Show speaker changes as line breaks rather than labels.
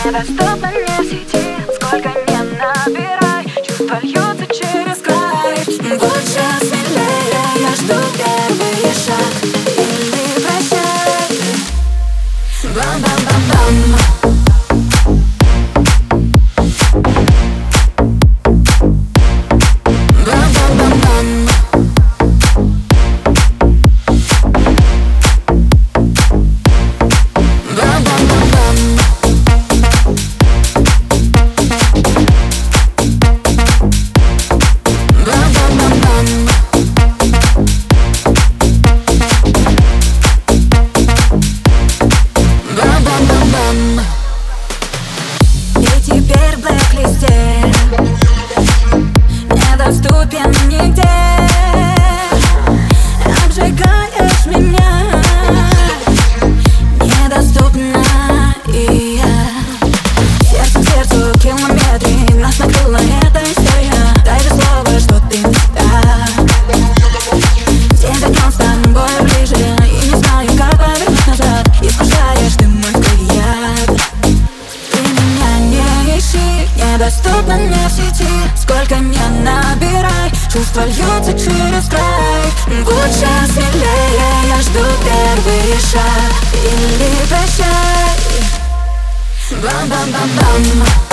Недоступно мне в сети, сколько не набирай, чувства льются через край. Лучше смелее, я жду первый шаг. Или прощай. Бам-бам-бам-бам. И теперь в блэк-листе недоступен нигде. Обжигаешь меня, недоступна и я. Сердце к сердцу километры, нас накрыла эта история. Дай же слово, что ты не та. Все днем с тобой ближе, и не знаю, как повернуть назад. Искушаешь ты мой взгляд. Недоступно мне в сети, сколько не набирай, чувства льются через край. Будь смелее, я жду первый шаг. Или прощай. Бам-бам-бам-бам.